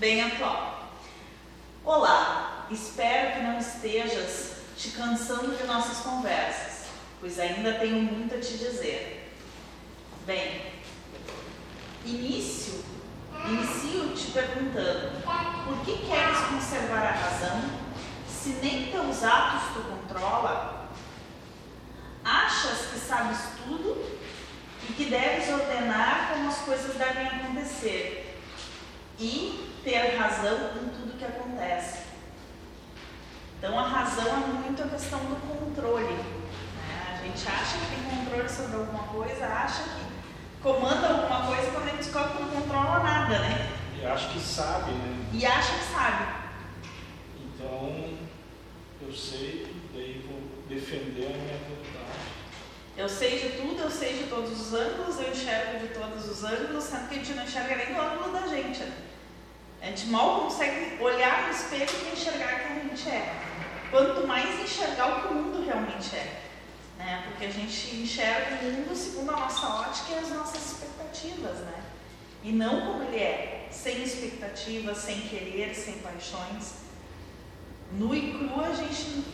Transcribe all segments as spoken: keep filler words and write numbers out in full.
bem atual. Olá, espero que não estejas te cansando de nossas conversas, pois ainda tenho muito a te dizer. Bem, inicio, inicio te perguntando, por que queres conservar a razão, se nem teus atos tu controla? Achas que sabes tudo e que deves ordenar como as coisas devem acontecer e ter razão em tudo que acontece. Então a razão é muito a questão do controle, né? A gente acha que tem controle sobre alguma coisa, acha que comanda alguma coisa, quando a gente descobre que não controla nada, né? E acha que sabe, né? E acha que sabe. Então, eu sei e daí vou defender a minha vontade. Eu sei de tudo, eu sei de todos os ângulos, eu enxergo de todos os ângulos, sendo que a gente não enxerga nem do ângulo da gente, né? A gente mal consegue olhar no espelho e enxergar quem a gente é. Quanto mais enxergar o que o mundo realmente é, né? Porque a gente enxerga o mundo segundo a nossa ótica e as nossas expectativas, né? E não como ele é, sem expectativas, sem querer, sem paixões. Nu e cru a gente...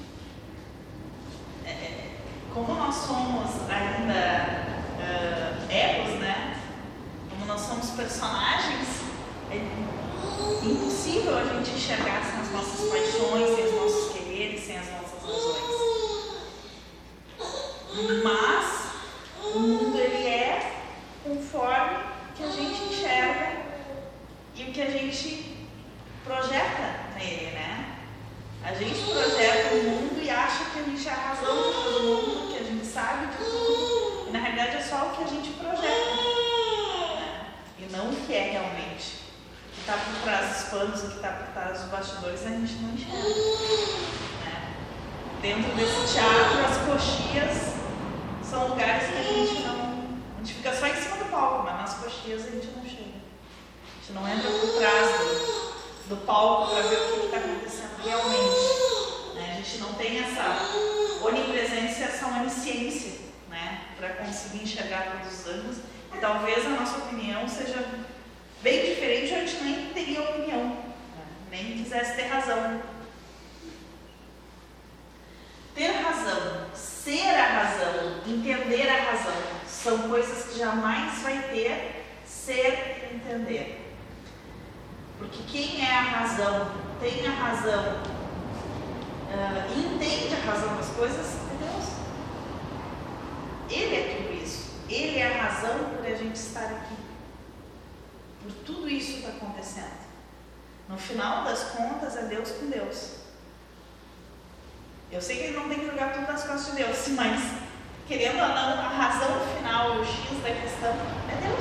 É, como nós somos ainda uh, egos, né? Como nós somos personagens, é impossível a gente enxergar sem as nossas paixões, sem os nossos quereres, sem as nossas razões. Mas o mundo ele é conforme que a gente enxerga e o que a gente projeta nele, né? A gente projeta o mundo e acha que a gente é a razão de todo mundo, que a gente sabe de tudo, e na realidade é só o que a gente projeta, né? E não o que é realmente. O que está por trás dos panos, o que está por trás dos bastidores, a gente não enxerga, né? Dentro desse teatro, as coxias são lugares que a gente não... A gente fica só em cima do palco, mas nas coxias a gente não chega. A gente não entra por trás do... do palco para ver o que está acontecendo realmente, né? A gente não tem essa onipresença e essa onisciência, né? Para conseguir enxergar todos os ângulos, e talvez a nossa opinião seja bem diferente, a gente nem teria opinião, né? Nem quisesse ter razão. Ter razão, ser a razão, entender a razão, são coisas que jamais vai ter, ser e entender. Porque quem é a razão, tem a razão uh, e entende a razão das coisas é Deus. Ele é tudo isso. Ele é a razão por a gente estar aqui. Por tudo isso que está acontecendo. No final das contas é Deus com Deus. Eu sei que ele não tem que jogar tudo nas costas de Deus, mas querendo ou não, a razão final, o X da questão é Deus.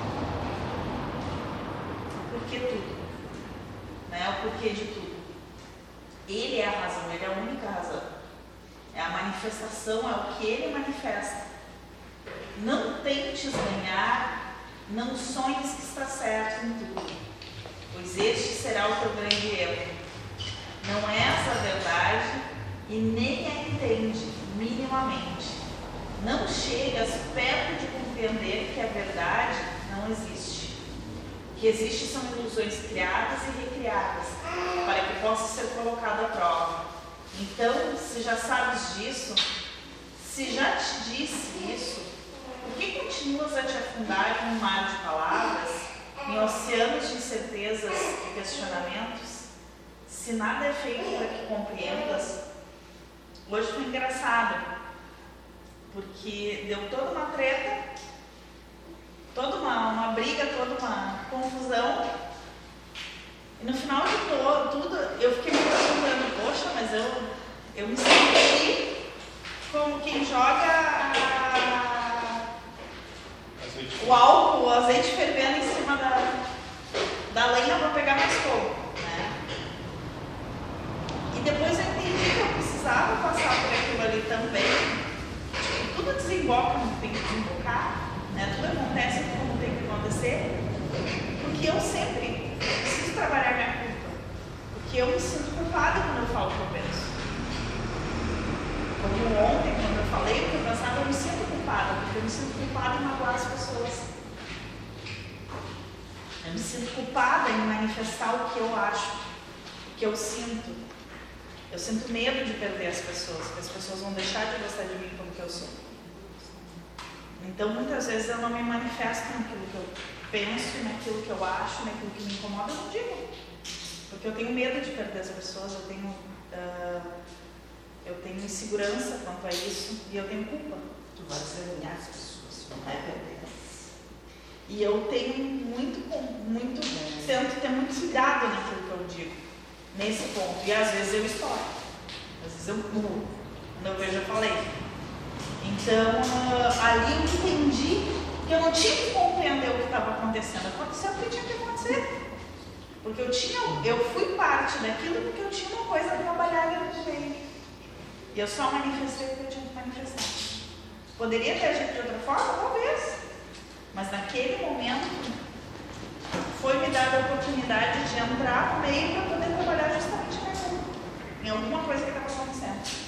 Por que tudo? É o porquê de tudo. Ele é a razão, ele é a única razão. É a manifestação, é o que ele manifesta. Não tentes ganhar, não sonhes que está certo em tudo, pois este será o teu grande erro. Não és a verdade e nem a entende minimamente. Não chegas perto de compreender que a verdade não existe. O que existe são ilusões criadas e recriadas, para que possa ser colocado à prova. Então, se já sabes disso, se já te disse isso, por que continuas a te afundar em um mar de palavras, em oceanos de incertezas e questionamentos, se nada é feito para que compreendas? Hoje foi engraçado, porque deu toda uma treta, toda uma, uma briga, toda uma confusão, e no final de todo, tudo, eu fiquei me perguntando, poxa, mas eu, eu me senti como quem joga a, o álcool, o azeite fervendo em cima da, da lenha para pegar mais fogo, né? E depois eu entendi que eu precisava passar por aquilo ali também. Tipo, tudo desemboca no que tem que desembocar, né? Tudo acontece como tem que acontecer, porque eu sempre preciso trabalhar minha culpa, porque eu me sinto culpada quando eu falo o que eu penso. Como ontem, quando eu falei o que eu pensava, eu me sinto culpada, porque eu me sinto culpada em magoar as pessoas. Eu me sinto sinto culpada em manifestar o que eu acho, o que eu sinto. Eu sinto medo de perder as pessoas, que as pessoas vão deixar de gostar de mim como que eu sou. Então, muitas vezes eu não me manifesto naquilo que eu penso, naquilo que eu acho, naquilo que me incomoda, eu não digo. Porque eu tenho medo de perder as pessoas, eu tenho, uh, eu tenho insegurança quanto a isso e eu tenho culpa. Tu vai desanimar as pessoas, não vai perder. E eu tenho muito, muito, tento ter muito cuidado naquilo que eu digo, nesse ponto. E às vezes eu estouro, às vezes eu pulo. Quando eu vejo, eu falei. Então, uh, ali eu entendi que eu não tinha que compreender o que estava acontecendo. Aconteceu o que tinha que acontecer. Porque eu, tinha, eu fui parte daquilo porque eu tinha uma coisa a trabalhar ali no meio. E eu só manifestei o que eu tinha que manifestar. Poderia ter agido de outra forma? Talvez. Mas naquele momento foi me dada a oportunidade de entrar no meio para poder trabalhar justamente naquilo, em alguma coisa que estava acontecendo.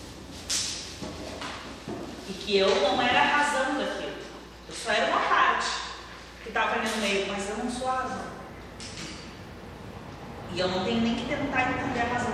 E que eu não era a razão daquilo. Eu só era uma parte que estava ali no meio, mas eu não sou a razão. E eu não tenho nem que tentar entender a razão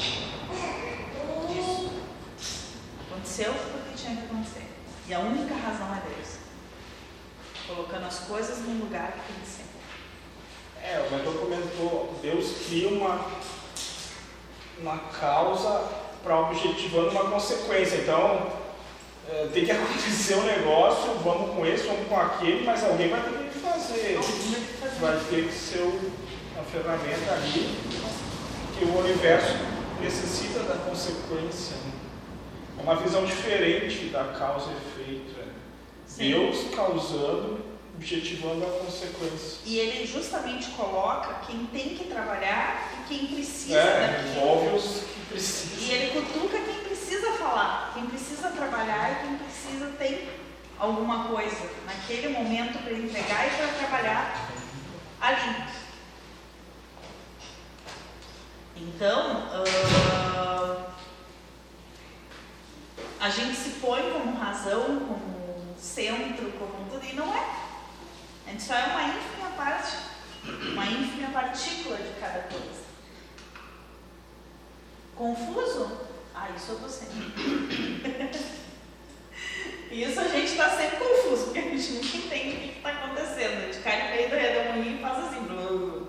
disso. Aconteceu porque tinha que acontecer. E a única razão é Deus. Colocando as coisas no lugar que tem que ser. É, o mentor comentou, Deus cria uma, uma causa para objetivando uma consequência. Então, é, tem que acontecer um negócio, vamos com esse, vamos com aquele, mas alguém vai ter que fazer. Vai ter que ser uma ferramenta ali, que o universo necessita da consequência. É uma visão diferente da causa e efeito. Sim. Deus causando, objetivando a consequência. E ele justamente coloca quem tem que trabalhar e quem precisa é, daquilo. Envolve os que precisam. E ele cutuca quem precisa falar, quem precisa trabalhar e quem precisa ter alguma coisa naquele momento para entregar e para trabalhar ali. Então, uh, a gente se põe como razão, como centro, como tudo, e não é. A gente só é uma ínfima parte, uma ínfima partícula de cada coisa. Confuso? Ah, isso eu tô sempre. Isso a gente está sempre confuso, porque a gente nunca entende o que está acontecendo. A gente cai no meio do redemoinho e faz assim. Blá.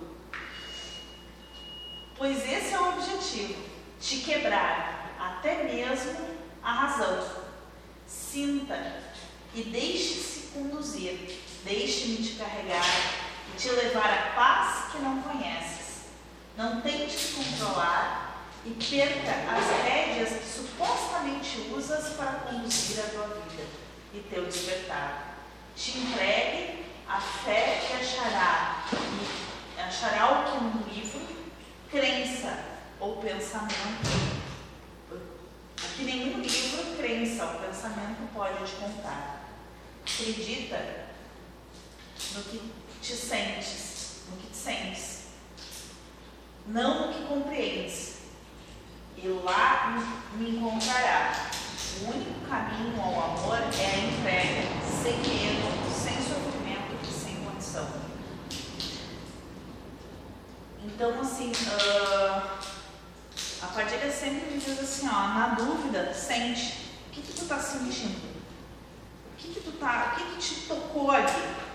Pois esse é o objetivo, te quebrar até mesmo a razão. Sinta e deixe-se conduzir, deixe-me te carregar e te levar à paz que não conheces. Não tente te controlar e perca as rédeas que supostamente usas para conduzir a tua vida e teu despertar. Te entregue a fé que achará, e achará o que no livro, crença ou pensamento. Que nenhum livro, crença ou pensamento pode te contar. Acredita no que te sentes, no que te sentes, não no que compreendes. E lá me encontrará. O único caminho ao amor é a entrega, sem medo, sem sofrimento e sem condição. Então, assim, uh, a Padilha sempre me diz assim, ó, na dúvida, sente. O que que tu tá sentindo? O que que tu tá, o que que te tocou ali?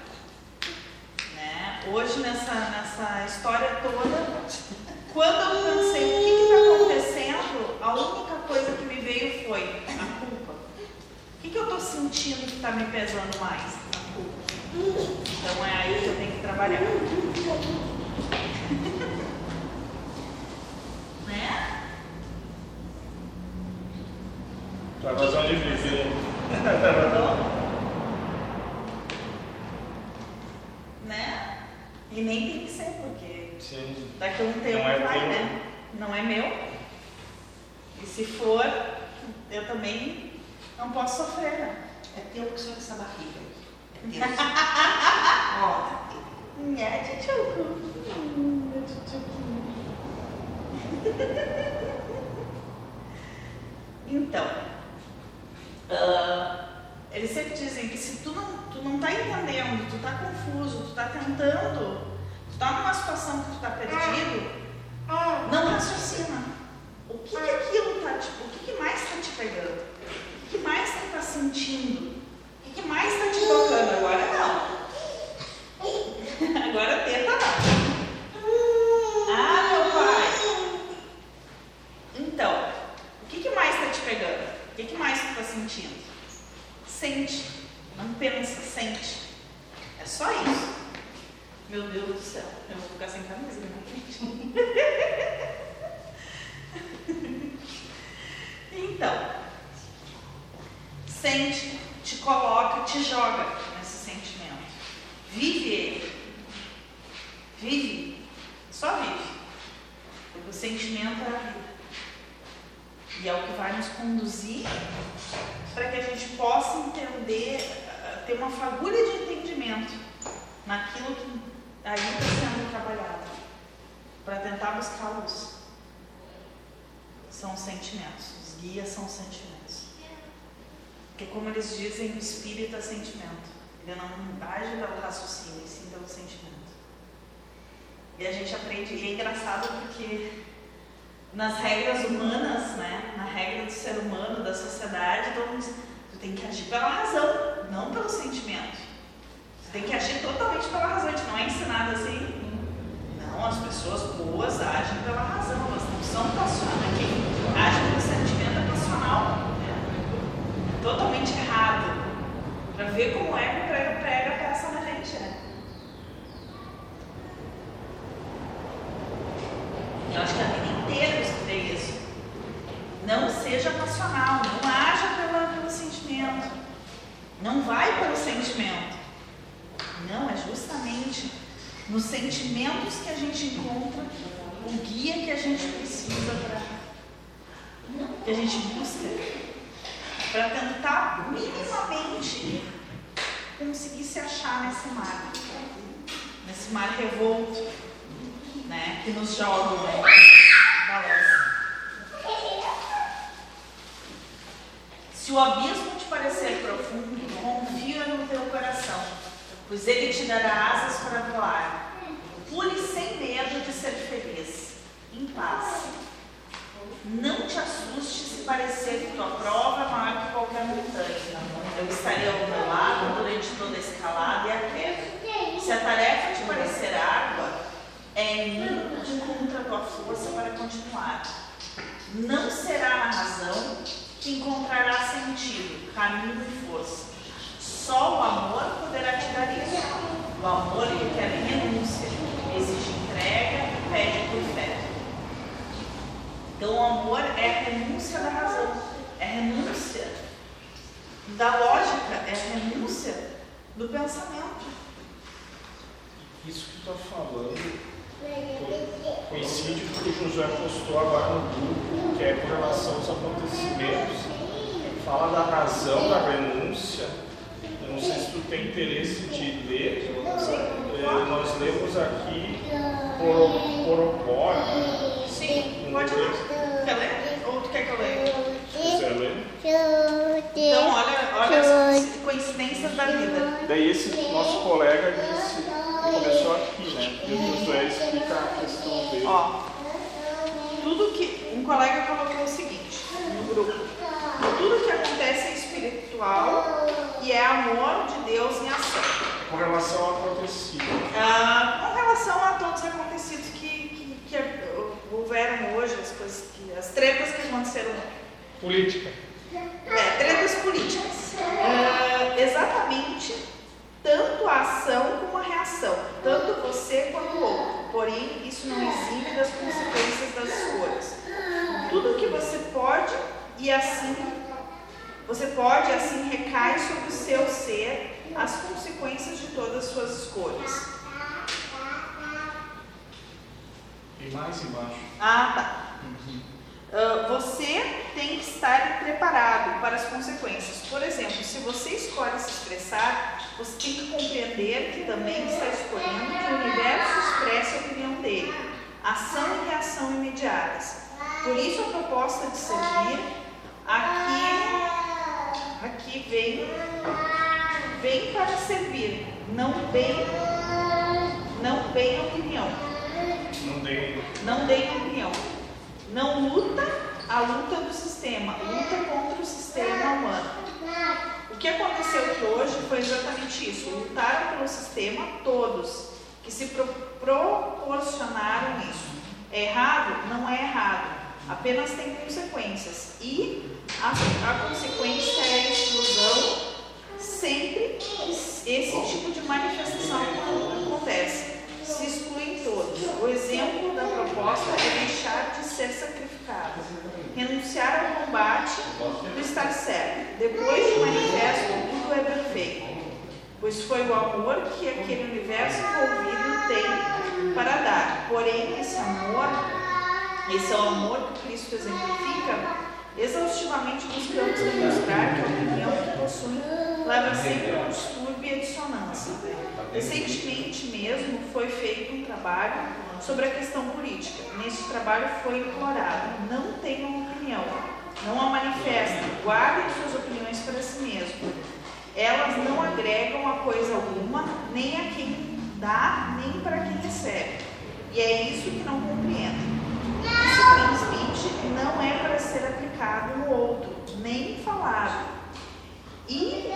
Né? Hoje, nessa, nessa história toda, quando eu pensei o que que tá acontecendo, a única coisa que me veio foi a culpa. O que que eu tô sentindo que tá me pesando mais? A culpa. Então é aí que eu tenho que trabalhar. Né? Tua razão de viver. Né? E nem tem que ser, porque Sim. daqui a um tempo Não é vai, teu. né? Não é meu. E se for, eu também não posso sofrer, né? É teu que só essa barriga. É teu. Ó. Minha tchutchucu. Minha tchutchuquinha. Então, uh, eles sempre dizem que se tu não, tu não tá entendendo, tu tá confuso, tu tá tentando, situação que tu está perdido, não raciocina. O que, que aquilo tá te, o que, que mais está te pegando? O que, que mais tu está sentindo? O que, que mais está te tocando? Agora não. Agora tenta não. Ah, meu pai. Então, o que, que mais está te pegando? O que, que mais tu está sentindo? Sente. Não pensa, sente. É só isso. Meu Deus do céu. Eu vou ficar sem camisa, né? Então, sente, te coloca, te joga nesse sentimento. Vive ele. Vive. Só vive. Porque o sentimento é a vida. E é o que vai nos conduzir para que a gente possa entender, ter uma fagulha de entendimento naquilo que aí está sendo trabalhado, para tentar buscar a luz. São os sentimentos, os guias são os sentimentos. Porque como eles dizem, o espírito é sentimento. Ele não age pelo raciocínio, e sim pelo sentimento. E a gente aprende, e é engraçado porque nas regras humanas, né, na regra do ser humano, da sociedade, todo mundo diz, tu tem que agir pela razão, não pelo sentimento. Tu tem que agir totalmente pela razão. A gente não é ensinado assim. Não, as pessoas boas agem pela razão, elas não são passionais. Quem age pelo sentimento é passional. Né? Totalmente errado. Para ver como é que o prega prega passa na gente, né? Eu acho que a vida inteira eu escutei isso. Não seja passional, não haja pela, pelo sentimento. Não vai pelo sentimento. Não, é justamente nos sentimentos que a gente encontra o guia que a gente precisa para que a gente busca para tentar minimamente conseguir se achar nesse mar, nesse mar revolto, né, que nos joga, né, balança. Se o abismo te parecer profundo, confia no teu coração, pois ele te dará asas para voar. Pule sem medo de ser feliz, em paz. Não te assuste se parecer que tua prova é maior que qualquer montanha. Eu estarei ao teu lado durante toda a escalada e a queda. Se a tarefa te parecer árdua, é em mim que encontra a tua força para continuar. Não será a razão que encontrará sentido, caminho e força. Só o amor poderá te dar isso. O amor requer renúncia, exige entrega e pede por fé. Então o amor é a renúncia da razão, é a renúncia da lógica, é a renúncia do pensamento. Isso que tu está falando coincide com o que o Josué postou agora no grupo, que é com relação aos acontecimentos. Fala da razão, da renúncia. Eu não sei se tu tem interesse de ler. É, nós lemos aqui Poropó. Sim, pode ler. Quer ler? Ou tu quer que eu leia? Você ler? Então, olha, olha as coincidências da vida. Daí esse nosso colega disse, começou aqui, né? E o Josué explica a questão dele. Ó, tudo que um colega colocou o seguinte no grupo: tudo que acontece é espiritual e é amor de Deus em ação. Com relação ao acontecido. Ah, com relação a todos os acontecidos que, que, que houveram hoje, as coisas, que, as tretas que aconteceram. Política. É, tretas políticas. Ah, exatamente, tanto a ação como a reação, tanto você quanto o outro. Porém, isso não exime das consequências das escolhas. Tudo que você pode e assim você pode assim recai sobre o seu ser as consequências de todas as suas escolhas. E mais embaixo. Ah, tá. Uhum. Uh, você tem que estar preparado para as consequências. Por exemplo, se você escolhe se expressar, você tem que compreender que também está escolhendo que o universo expresse a opinião dele. Ação e reação imediatas. Por isso a proposta de servir aqui, aqui vem, vem para servir, não bem, não bem opinião. Não dei. Não dei opinião. Não luta a luta do sistema, luta contra o sistema humano. O que aconteceu aqui hoje foi exatamente isso. Lutaram pelo sistema todos, que se pro proporcionaram isso. É errado? Não é errado. Apenas tem consequências. E a, a consequência é a exclusão sempre que esse tipo de manifestação acontece. Se excluem todos. O exemplo da proposta é deixar de ser sacrificado, renunciar ao combate do estar certo. Depois do manifesto, tudo é perfeito, pois foi o amor que aquele universo envolvido tem para dar. Porém, esse amor, esse é o amor que Cristo exemplifica. Exaustivamente buscamos demonstrar que a opinião que possui leva sempre a um distúrbio e a dissonância. Recentemente mesmo foi feito um trabalho sobre a questão política. Nesse trabalho foi implorado: não tenham opinião, não a manifestem, guardem suas opiniões para si mesmos. Elas não agregam a coisa alguma, nem a quem dá, nem para quem recebe. E é isso que não compreendem. Isso transmite não é para ser aplicado no outro, nem falado. E,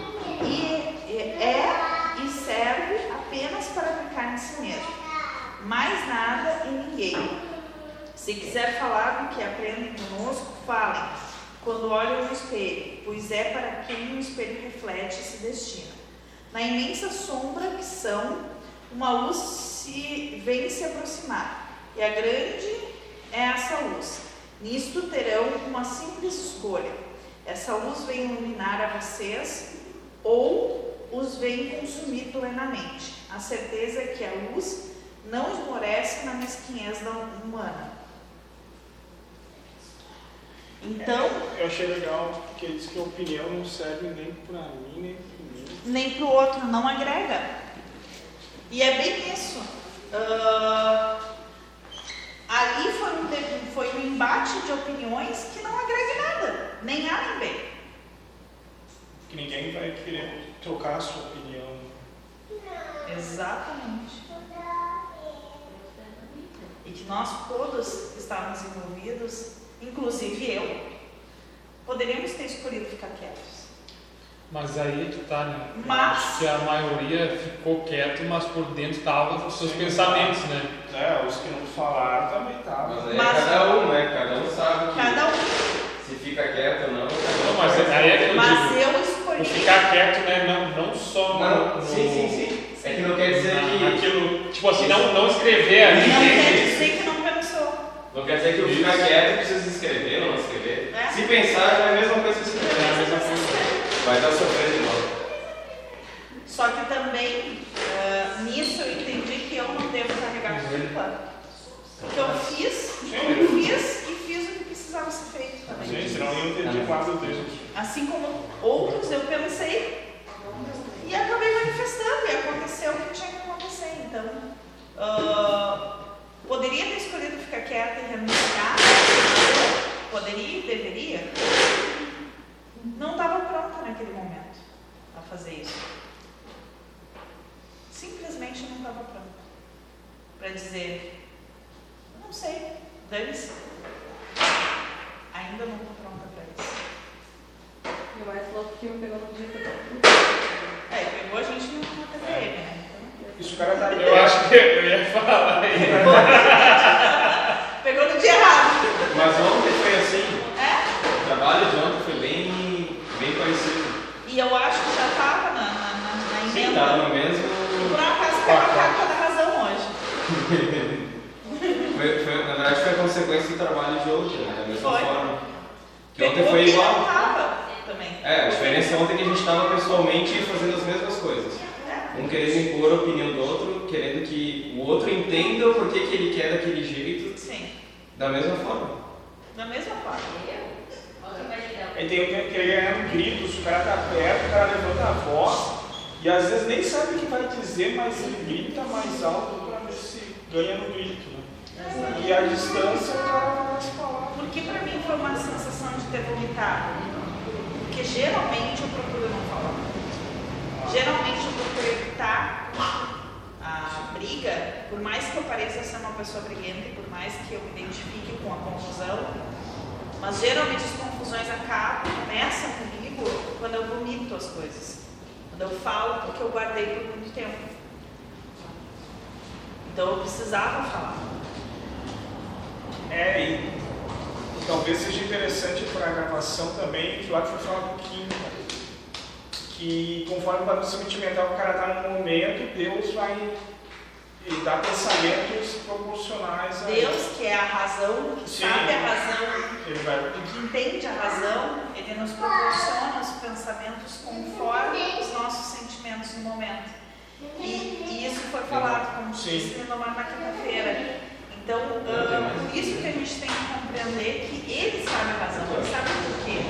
e é e serve apenas para aplicar em si mesmo. Mais nada e ninguém. Se quiser falar do que aprendem conosco, falem, quando olham no espelho, pois é para quem o espelho reflete e se destina. Na imensa sombra que são, uma luz se vem se aproximar, e a grande é essa luz. Nisto terão uma simples escolha. Essa luz vem iluminar a vocês ou os vem consumir plenamente. A certeza é que a luz não esmorece na mesquinhez da humana. Então, eu achei legal porque ele diz que a opinião não serve nem para mim, nem para mim. Nem para o outro, não agrega. E é bem isso. Uh, ali foi um, foi um embate de opiniões que não agrega nada, nem A nem B. Que ninguém vai querer trocar a sua opinião. Exatamente. E que nós todos estávamos envolvidos, inclusive eu, poderíamos ter escolhido ficar quietos. Mas aí tu tá, né? Mas... Acho que a maioria ficou quieto, mas por dentro estavam os seus Sim, pensamentos, tá. né? É, os que não falaram também estavam. Mas aí mas... é cada um, né? Cada um sabe que cada um. se fica quieto ou não. Não, mas aí é que eu mas digo, eu escolhi... ficar quieto, né? Não, não só não, no... Sim, sim, sim. É que não quer dizer na, que... Naquilo, tipo assim, não, não escrever ali. Não quer dizer que não pensou. Não quer dizer que eu ficar quieto precisa escrever ou não escrever. É? Se pensar, já é a mesma coisa que escrever. É a mesma coisa. Vai dar sofrendo de novo. Só que também, uh, nisso eu entendi que eu não devo carregar culpa. Porque eu fiz, eu fiz e fiz o que precisava ser feito também. Gente, senão eu não entendi quase Deus. Assim como outros, eu pensei e acabei manifestando, e aconteceu o que tinha que acontecer. Então, uh, poderia ter escolhido ficar quieta e renunciar? Poderia, deveria? Não estava pronta naquele momento a fazer isso. Simplesmente não estava pronta para dizer, não sei, dane-se. Ainda não estou pronta para isso. Meu pai falou que eu pegou no dia que eu É, pegou a gente no T P M, né? Então, isso o cara tá... Eu acho que eu ia falar aí. pegou no dia errado. Mas ontem foi assim. É? O trabalho de ontem foi bem, bem parecido. E eu acho que já estava na, na, na, na emenda. Sim, estava no mesmo... Por um acaso que ela está toda a razão hoje. foi, foi, na verdade foi a consequência do trabalho de hoje, né? Da mesma Foi. forma. Que Pegou ontem foi que igual. não estava também. É, a diferença ontem é que a gente estava pessoalmente fazendo as mesmas coisas. É. Um querendo impor a opinião do outro, querendo que o outro entenda o porquê que ele quer daquele jeito. Sim. Da mesma forma. Da mesma forma. Aí tem que querer ganhar um grito, se o cara tá perto, o cara levanta a voz e às vezes nem sabe o que vai dizer, mas ele grita mais alto para ver se ganha no grito, né? Exato. E a distância o cara não vai se falar. Porque para mim foi uma sensação de ter vomitado. Porque geralmente eu procuro não falar. Geralmente eu procuro evitar a briga, por mais que eu pareça ser uma pessoa briguenta e por mais que eu me identifique com a confusão, mas geralmente as confusões acabam, começam comigo quando eu vomito as coisas. Quando eu falo porque eu guardei por muito tempo. Então eu precisava falar. É, e, e talvez seja interessante para a gravação também, que o Lado foi falar um pouquinho, que conforme o padrão sentimental o cara está no momento, Deus vai e dar pensamentos proporcionais a Deus, que é a razão, que Sim. sabe a razão, Ele vai... que entende a razão, ele nos proporciona os pensamentos conforme os nossos sentimentos no momento. E, e isso foi falado, como Sim. disse no Mar na quinta-feira. Então, uh, por isso que a gente tem que compreender que ele sabe a razão, ele sabe por quê.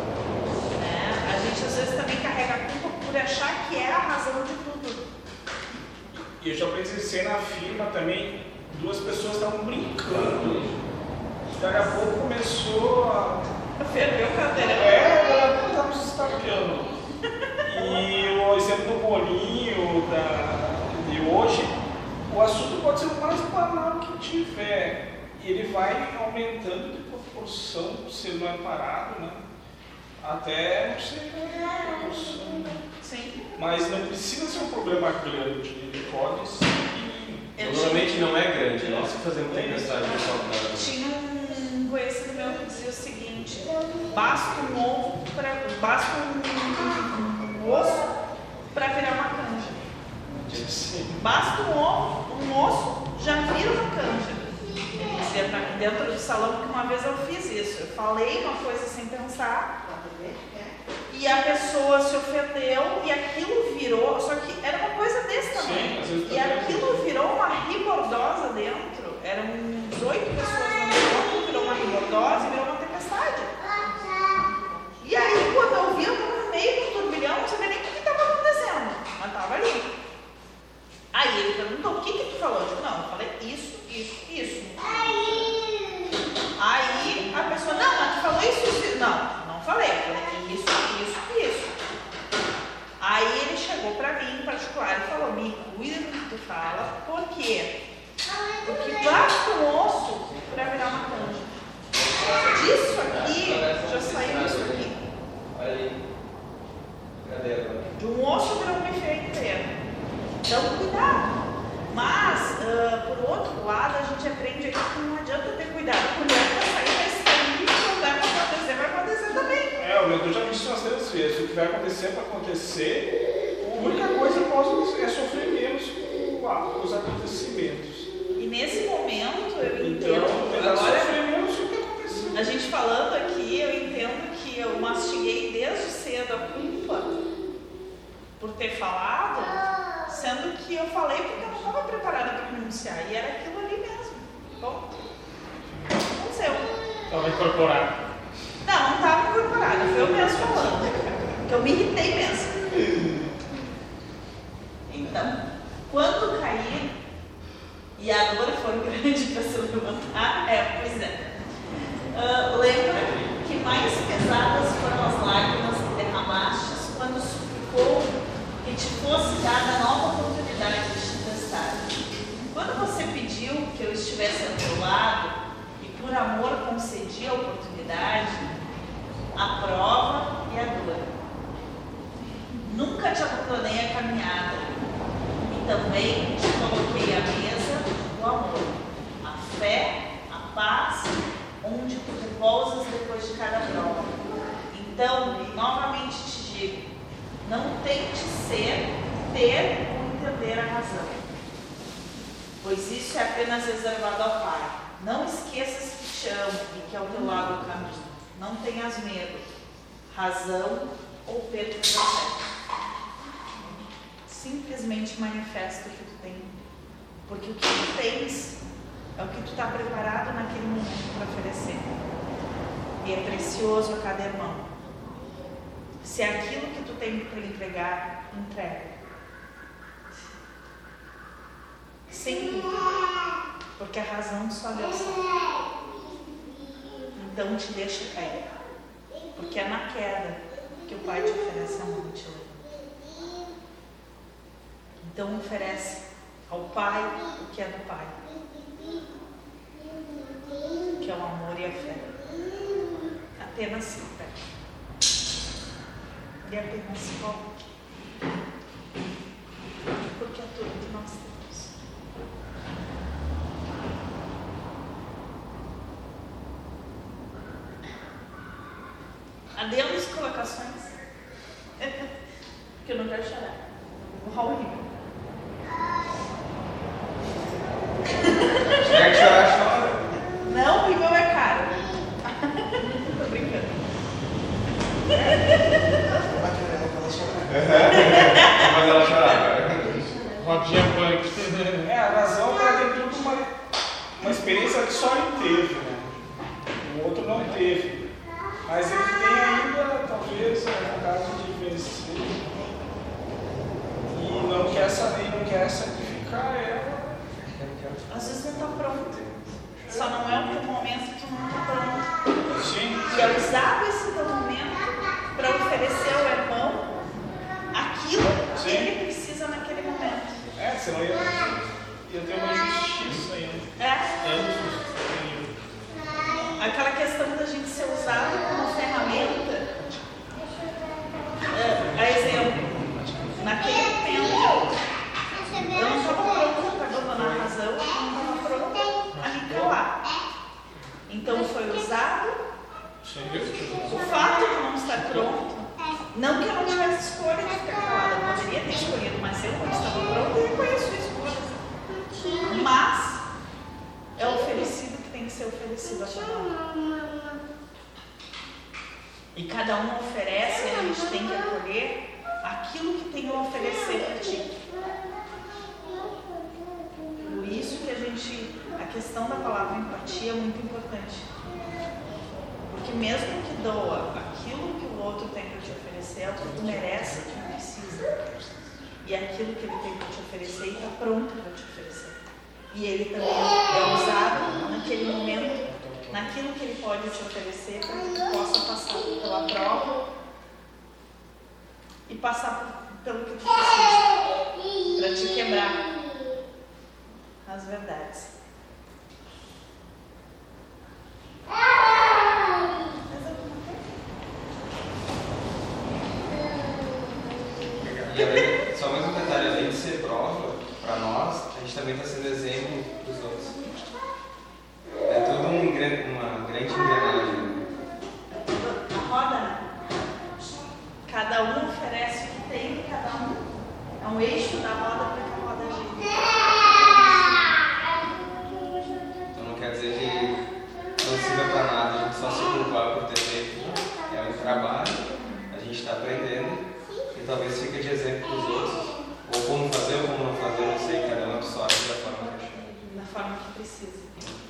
Né? A gente às vezes também carrega a culpa por achar que é a razão de tudo. E eu já presenciei na firma também, duas pessoas estavam brincando. Daqui a pouco começou a... Ferveu o cadeira. É, daqui a pouco estava se estapeando. E o exemplo do bolinho da... de hoje, o assunto pode ser o mais banal que tiver. E ele vai aumentando de proporção, se ele não é parado, né? Até, não sei, proporção. Sim. Mas não precisa ser um problema grande, ele pode ser pequenininho. Normalmente não é grande, nós que fazemos tempestade no sol. Tinha um conhecido meu que dizia o seguinte: basta um ovo, pra, basta um, um osso para virar uma canja. Sim. Basta um ovo, um osso, já vira uma canja. Ele dizia para mim dentro do salão, que uma vez eu fiz isso. Eu falei uma coisa sem pensar. E a pessoa se ofendeu e aquilo virou, só que era uma coisa desse tamanho. Sim, e aquilo virou uma ribordosa dentro. Eram uns oito pessoas no negócio, virou uma ribordosa e virou uma tempestade. E aí, quando eu vi, eu estava no meio do turbilhão, não sabia nem o que estava acontecendo, mas estava ali. Aí ele perguntou: o que que tu falou? Eu disse: não, eu falei isso, isso, isso. Aí a pessoa: não, mas tu falou isso, isso. Não, não falei, eu falei isso, isso, isso. Aí ele chegou pra mim em particular e falou: me cuida do que tu fala, por quê? Porque basta um osso pra virar uma canja. Disso aqui, já saiu isso aqui. Olha aí. Cadê agora? De um osso virou um buffet inteiro. Então, cuidado. Mas, uh, por outro lado, a gente aprende aqui que não adianta ter cuidado. Cuidado pra sair, vai sair, não vai acontecer, vai acontecer também. É, o meu já disse umas três vezes, o que vai acontecer para acontecer, a única coisa que posso é sofrer menos com os acontecimentos. E nesse momento, eu entendo, Então, tentar agora, sofrer menos o que aconteceu. a gente falando aqui, eu entendo que eu mastiguei desde cedo a culpa por ter falado, sendo que eu falei porque eu não estava preparada para renunciar, e era aquilo ali mesmo. Bom, aconteceu. Estava incorporado. Não, não estava incorporada, foi eu mesmo falando, que eu me irritei mesmo. Então, quando caí, e a dor foi grande para se levantar, é, pois é. Uh, lembra que mais pesadas foram as lágrimas que derramastes quando suplicou que te fosse dada nova oportunidade de te testar. Quando você pediu que eu estivesse ao teu lado e por amor concedi a oportunidade, a prova e a dor. Nunca te abandonei a caminhada e também te coloquei à mesa do amor, a fé, a paz, onde tu repousas depois de cada prova. Então, novamente te digo, não tente ser, ter ou entender a razão, pois isso é apenas reservado ao Pai. Não esqueças que te amo e que ao teu lado o caminho. Não tenhas medo, razão ou perda da fé. Simplesmente manifesta o que tu tem, porque o que tu tens é o que tu está preparado naquele momento para oferecer. E é precioso a cada irmão. Se é aquilo que tu tem para entregar, entrega. Sempre. Porque a razão só Deus sabe. Então te deixa cair. Porque é na queda que o Pai te oferece a mão e te leva. Então oferece ao Pai o que é do Pai, que é o amor e a fé. Apenas se pede. E apenas se coloque. Porque é tudo que nós temos. Adeus colocações. Porque eu não quero chorar. O Raul rico. Se tiver que chorar, chora. Não, o rímel é caro. Tô brincando. Vai querer ela chorar. Vou fazer ela chorar, cara. Rodinha punk. É, a razão ela tem tudo uma, uma experiência que só ele teve, né? O outro não teve. Mas ele tem ainda, talvez, um caso de vencer. E não quer saber, não quer sacrificar ela. Às vezes não está pronto. Só não é o teu momento, tu não está pronto. Sim. E é usado esse teu momento para oferecer ao irmão aquilo que Sim. ele precisa naquele momento. É, senão ia, ia ter uma injustiça ainda. É. Ambos. Aquela questão da gente ser usado como ferramenta. É, a exemplo, naquele momento, eu não estava pronta para abandonar a razão, eu não estava pronta a me calar. Então foi usado. O fato de não estar pronto, não que eu não tivesse escolha de ficar calada, eu poderia ter escolhido, mas eu não estava pronta e reconheço a escolha. Mas é oferecido que tem que ser oferecido a cada um. E cada um oferece e a gente tem que acolher aquilo que tem a oferecer para ti. Por isso que a gente, a questão da palavra empatia é muito importante. Porque mesmo que doa aquilo que o outro tem para te oferecer, é o que tu merece, que tu precisa. E é aquilo que ele tem para te oferecer e está pronto para te oferecer. E ele também é usado naquele momento, naquilo que ele pode te oferecer, para que tu possa passar pela prova e passar pelo que tu precisa, para te quebrar as verdades. E além, só mais um detalhe, além de ser prova para nós, a gente também está sendo exemplo para os outros. É tudo um, uma grande engrenagem. A roda, né? Cada um oferece o que tem, cada um é um eixo da roda para que a roda gire. Então não quer dizer que não sirva para nada, a gente só se culpar por ter feito. É um trabalho, a gente está aprendendo e talvez fique de exemplo para os outros. Ou como fazer ou como não fazer, não sei, cada um absorve da forma que achar. Da forma que precisa.